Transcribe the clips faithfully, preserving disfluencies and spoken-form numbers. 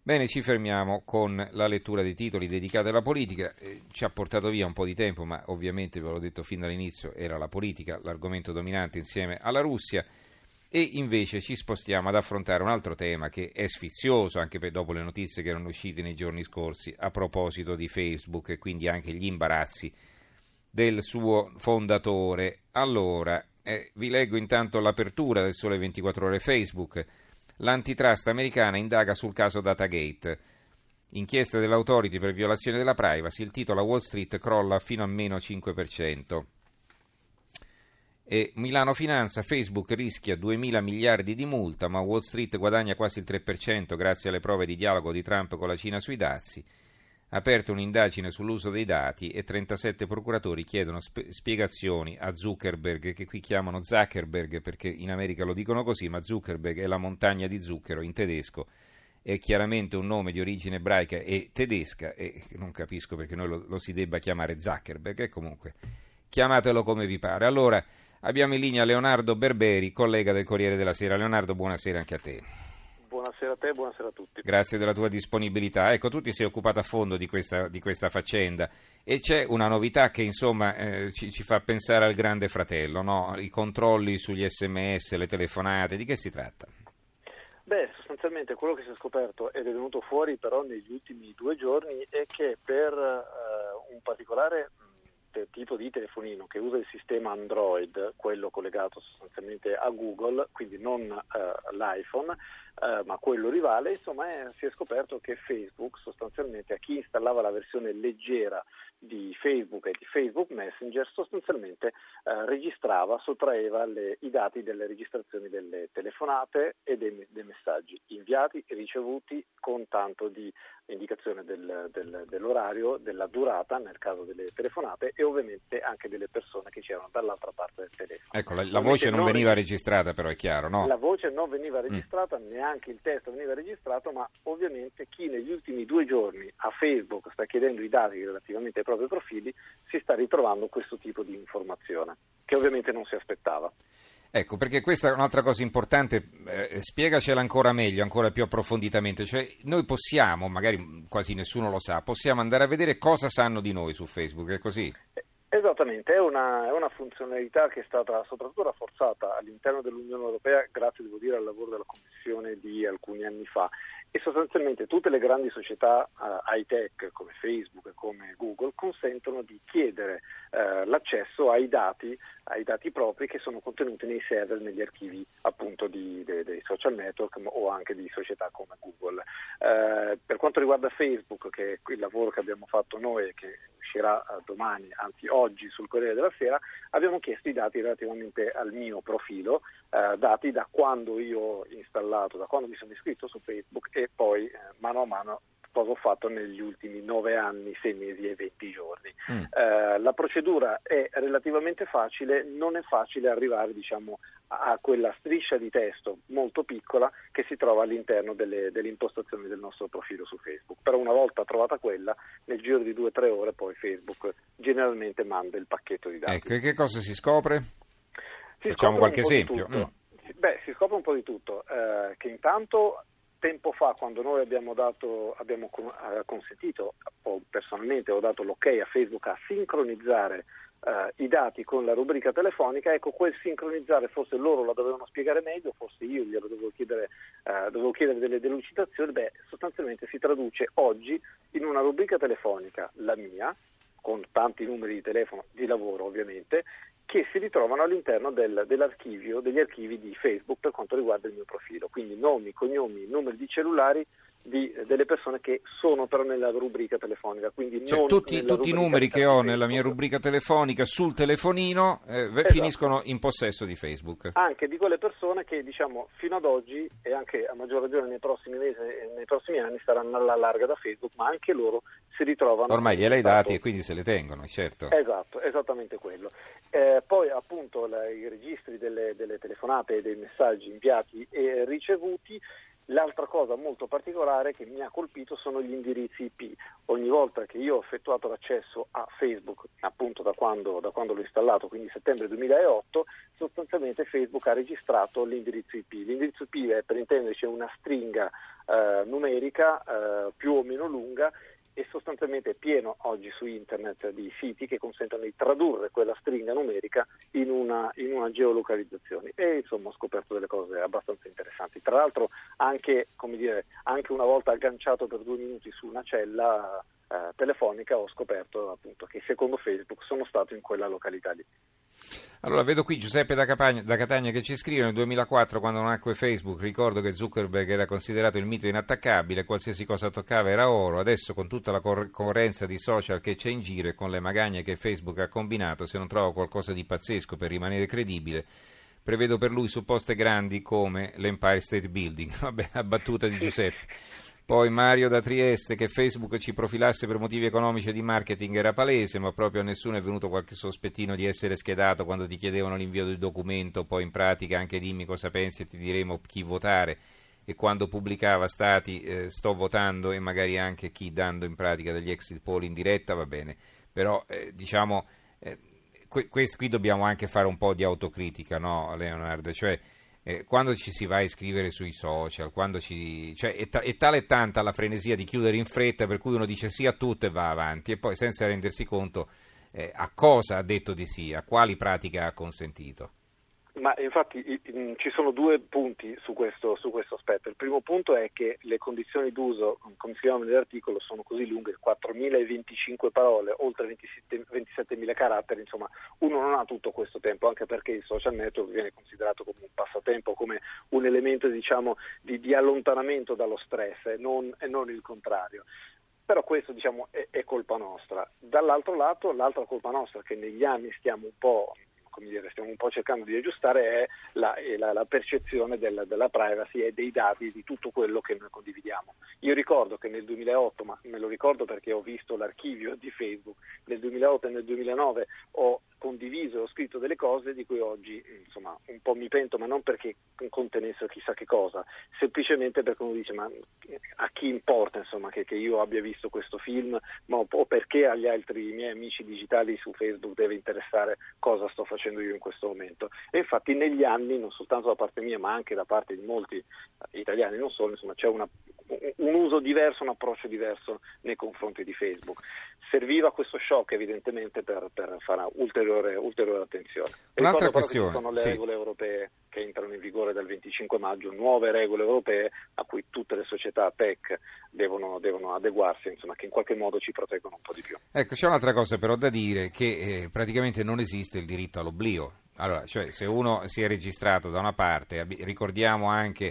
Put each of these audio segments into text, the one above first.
Bene, ci fermiamo con la lettura dei titoli dedicati alla politica. Eh, ci ha portato via un po' di tempo, ma ovviamente, ve l'ho detto fin dall'inizio, era la politica l'argomento dominante insieme alla Russia. E invece ci spostiamo ad affrontare un altro tema che è sfizioso, anche per dopo le notizie che erano uscite nei giorni scorsi a proposito di Facebook e quindi anche gli imbarazzi del suo fondatore. Allora, eh, vi leggo intanto l'apertura del Sole ventiquattro Ore Facebook. L'antitrust americana indaga sul caso Datagate. Inchiesta dell'Authority per violazione della privacy. Il titolo: Wall Street crolla fino a meno cinque per cento. E Milano Finanza, Facebook rischia duemila miliardi di multa, ma Wall Street guadagna quasi il tre per cento grazie alle prove di dialogo di Trump con la Cina sui dazi. Aperta un'indagine sull'uso dei dati e trentasette procuratori chiedono sp- spiegazioni a Zuckerberg, che qui chiamano Zuckerberg perché in America lo dicono così, ma Zuckerberg è la montagna di zucchero in tedesco, è chiaramente un nome di origine ebraica e tedesca e non capisco perché noi lo, lo si debba chiamare Zuckerberg, e comunque chiamatelo come vi pare. Allora, abbiamo in linea Leonardo Berberi, collega del Corriere della Sera. Leonardo, buonasera anche a te. Buonasera a te e buonasera a tutti. Grazie della tua disponibilità. Ecco, tu ti sei occupato a fondo di questa, di questa faccenda e c'è una novità che insomma eh, ci, ci fa pensare al grande fratello, no? I controlli sugli sms, le telefonate, di che si tratta? Beh, sostanzialmente quello che si è scoperto ed è venuto fuori però negli ultimi due giorni è che per uh, un particolare tipo di telefonino che usa il sistema Android, quello collegato sostanzialmente a Google, quindi non uh, l'iPhone, uh, ma quello rivale, insomma è, si è scoperto che Facebook sostanzialmente a chi installava la versione leggera di Facebook e di Facebook Messenger sostanzialmente uh, registrava, sottraeva le, i dati delle registrazioni delle telefonate e dei, dei messaggi inviati e ricevuti con tanto di indicazione del, del, dell'orario, della durata nel caso delle telefonate e ovviamente anche delle persone che c'erano dall'altra parte del telefono. Ecco, la, la voce non, non veniva registrata, però è chiaro, no? La voce non veniva registrata, mm. neanche il testo veniva registrato, ma ovviamente chi negli ultimi due giorni a Facebook sta chiedendo i dati relativamente ai propri profili si sta ritrovando questo tipo di informazione, che ovviamente non si aspettava. Ecco, perché questa è un'altra cosa importante, eh, spiegacela ancora meglio, ancora più approfonditamente, cioè noi possiamo, magari quasi nessuno lo sa, possiamo andare a vedere cosa sanno di noi su Facebook, è così? Esattamente, è una, è una funzionalità che è stata soprattutto rafforzata all'interno dell'Unione Europea grazie, devo dire, al lavoro della Commissione di alcuni anni fa. E sostanzialmente tutte le grandi società uh, high-tech come Facebook e come Google consentono di chiedere uh, l'accesso ai dati, ai dati propri che sono contenuti nei server, negli archivi appunto di, de, dei social network o anche di società come Google. Uh, per quanto riguarda Facebook, che è il lavoro che abbiamo fatto noi e che uscirà uh, domani, anzi oggi sul Corriere della Sera, abbiamo chiesto i dati relativamente al mio profilo, uh, dati da quando io ho installato, da quando mi sono iscritto su Facebook e poi eh, mano a mano cosa ho fatto negli ultimi nove anni, sei mesi e venti giorni. Mm. Eh, la procedura è relativamente facile, non è facile arrivare diciamo a, a quella striscia di testo molto piccola che si trova all'interno delle, delle impostazioni del nostro profilo su Facebook. Però una volta trovata quella, nel giro di due o tre ore poi Facebook generalmente manda il pacchetto di dati. Ecco, e che cosa si scopre? Si Facciamo qualche esempio. Mm. Beh, si scopre un po' di tutto, eh, che intanto tempo fa, quando noi abbiamo dato, abbiamo consentito, o personalmente ho dato l'ok a Facebook a sincronizzare uh, i dati con la rubrica telefonica, ecco, quel sincronizzare forse loro la dovevano spiegare meglio, forse io glielo dovevo chiedere, uh, dovevo chiedere delle delucidazioni. Beh, sostanzialmente si traduce oggi in una rubrica telefonica, la mia, con tanti numeri di telefono di lavoro ovviamente, che si ritrovano all'interno del, dell'archivio, degli archivi di Facebook per quanto riguarda il mio profilo, quindi nomi, cognomi, numeri di cellulari di, delle persone che sono però nella rubrica telefonica. Quindi cioè, non tutti, tutti i numeri che ho nella mia rubrica telefonica sul telefonino eh, esatto. finiscono in possesso di Facebook. Anche di quelle persone che diciamo fino ad oggi e anche a maggior ragione nei prossimi mesi e nei prossimi anni staranno alla larga da Facebook, ma anche loro si ritrovano. Ormai gliele hai dati e quindi se le tengono, certo. Esatto, esattamente quello. Eh, poi appunto la, i registri delle, delle telefonate e dei messaggi inviati e ricevuti L'altra cosa molto particolare che mi ha colpito sono gli indirizzi I P. Ogni volta che io ho effettuato l'accesso a Facebook, appunto da quando, da quando l'ho installato, quindi settembre duemilaotto, sostanzialmente Facebook ha registrato l'indirizzo I P. L'indirizzo I P è, per intenderci, una stringa eh, numerica eh, più o meno lunga, e sostanzialmente è pieno oggi su internet di siti che consentono di tradurre quella stringa numerica in una, in una geolocalizzazione, e insomma ho scoperto delle cose abbastanza interessanti. Tra l'altro anche, come dire, anche una volta agganciato per due minuti su una cella eh, telefonica, ho scoperto appunto che secondo Facebook sono stato in quella località lì. Allora, vedo qui Giuseppe da, Capagna, da Catania che ci scrive: nel duemilaquattro, quando nacque Facebook, ricordo che Zuckerberg era considerato il mito inattaccabile, qualsiasi cosa toccava era oro. Adesso, con tutta la concorrenza di social che c'è in giro e con le magagne che Facebook ha combinato, se non trova qualcosa di pazzesco per rimanere credibile, prevedo per lui supposte grandi come l'Empire State Building. Vabbè, la battuta di Giuseppe. Poi Mario da Trieste: che Facebook ci profilasse per motivi economici e di marketing era palese, ma proprio a nessuno è venuto qualche sospettino di essere schedato quando ti chiedevano l'invio del documento, poi in pratica anche dimmi cosa pensi e ti diremo chi votare, e quando pubblicava stati eh, sto votando, e magari anche chi dando in pratica degli exit poll in diretta, va bene, però eh, diciamo eh, que- quest- qui dobbiamo anche fare un po' di autocritica, no Leonard? Cioè, Eh, quando ci si va a iscrivere sui social, quando ci, cioè, è, ta- è tale e tanta la frenesia di chiudere in fretta, per cui uno dice sì a tutto e va avanti, e poi senza rendersi conto eh, a cosa ha detto di sì, a quali pratiche ha consentito. Ma infatti ci sono due punti su questo, su questo aspetto. Il primo punto è che le condizioni d'uso, come si chiama nell'articolo, sono così lunghe, quattromilaventicinque parole, oltre ventisettemila caratteri, insomma uno non ha tutto questo tempo, anche perché il social network viene considerato come un passatempo, come un elemento, diciamo, di, di allontanamento dallo stress, e non, e non il contrario. Però questo, diciamo, è, è colpa nostra. Dall'altro lato, l'altra colpa nostra, che negli anni stiamo un po'... come dire, stiamo un po' cercando di aggiustare, è la, è la, la percezione del, della privacy e dei dati di tutto quello che noi condividiamo. Io ricordo che nel duemilaotto, ma me lo ricordo perché ho visto l'archivio di Facebook, nel duemilaotto e nel duemilanove ho condiviso, ho scritto delle cose di cui oggi insomma un po' mi pento, ma non perché contenessero chissà che cosa, semplicemente perché uno dice ma a chi importa insomma che, che io abbia visto questo film, ma, o perché agli altri miei amici digitali su Facebook deve interessare cosa sto facendo io in questo momento. E infatti negli anni, non soltanto da parte mia ma anche da parte di molti italiani, non solo, insomma c'è una, un uso diverso, un approccio diverso nei confronti di Facebook. Serviva questo shock evidentemente per, per fare ulteriore, ulteriore attenzione. Un'altra Ricordo questione, che ci sono le sì. regole europee che entrano in vigore dal venticinque maggio, nuove regole europee a cui tutte le società tech devono, devono adeguarsi, insomma, che in qualche modo ci proteggono un po' di più. Ecco, c'è un'altra cosa però da dire, che eh, praticamente non esiste il diritto all'oblio. Allora, cioè, se uno si è registrato da una parte, ab- ricordiamo anche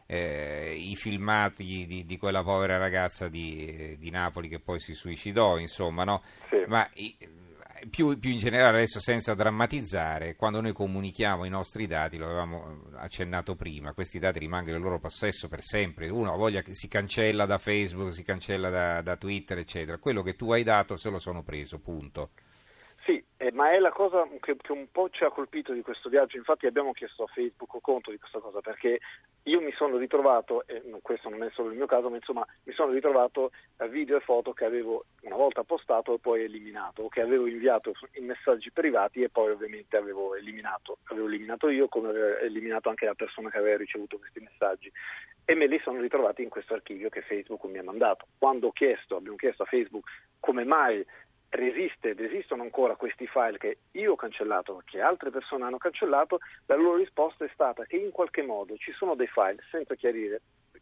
eh, i filmati di, di quella povera ragazza di, di Napoli che poi si suicidò, insomma, no? Sì. Ma i, più, più in generale, adesso senza drammatizzare, quando noi comunichiamo i nostri dati, lo avevamo accennato prima, questi dati rimangono nel loro possesso per sempre. Uno ha voglia che si cancella da Facebook, si cancella da, da Twitter, eccetera. Quello che tu hai dato se lo sono preso, punto. Sì, eh, ma è la cosa che, che un po' ci ha colpito di questo viaggio. Infatti abbiamo chiesto a Facebook conto di questa cosa, perché io mi sono ritrovato, e questo non è solo il mio caso, ma insomma mi sono ritrovato video e foto che avevo una volta postato e poi eliminato, o che avevo inviato in messaggi privati e poi ovviamente avevo eliminato. Avevo eliminato io, come avevo eliminato anche la persona che aveva ricevuto questi messaggi. E me li sono ritrovati in questo archivio che Facebook mi ha mandato. Quando ho chiesto, abbiamo chiesto a Facebook come mai resiste ed esistono ancora questi file che io ho cancellato, che altre persone hanno cancellato, la loro risposta è stata che in qualche modo ci sono dei file, senza chiarire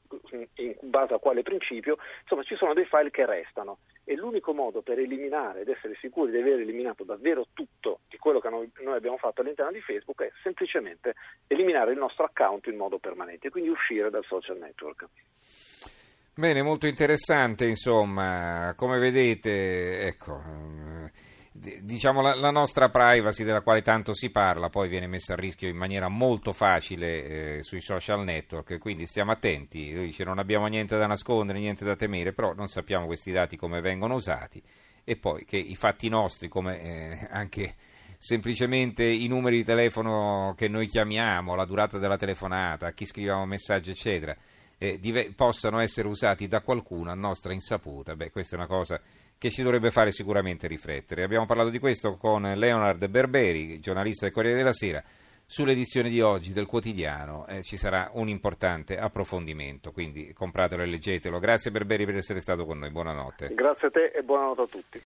in base a quale principio, insomma ci sono dei file che restano, e l'unico modo per eliminare ed essere sicuri di aver eliminato davvero tutto di quello che noi, noi abbiamo fatto all'interno di Facebook è semplicemente eliminare il nostro account in modo permanente, quindi uscire dal social network. Bene, molto interessante, insomma, come vedete, ecco, diciamo la, la nostra privacy della quale tanto si parla poi viene messa a rischio in maniera molto facile eh, sui social network, quindi stiamo attenti. Lui dice non abbiamo niente da nascondere, niente da temere, però non sappiamo questi dati come vengono usati, e poi che i fatti nostri, come eh, anche semplicemente i numeri di telefono che noi chiamiamo, la durata della telefonata, a chi scriviamo messaggi, eccetera, eh, dive- possano essere usati da qualcuno a nostra insaputa. Beh, questa è una cosa che ci dovrebbe fare sicuramente riflettere. Abbiamo parlato di questo con Leonard Berberi, giornalista del Corriere della Sera. Sull'edizione di oggi del quotidiano eh, ci sarà un importante approfondimento, quindi compratelo e leggetelo. Grazie Berberi per essere stato con noi, buonanotte. Grazie a te e buonanotte a tutti.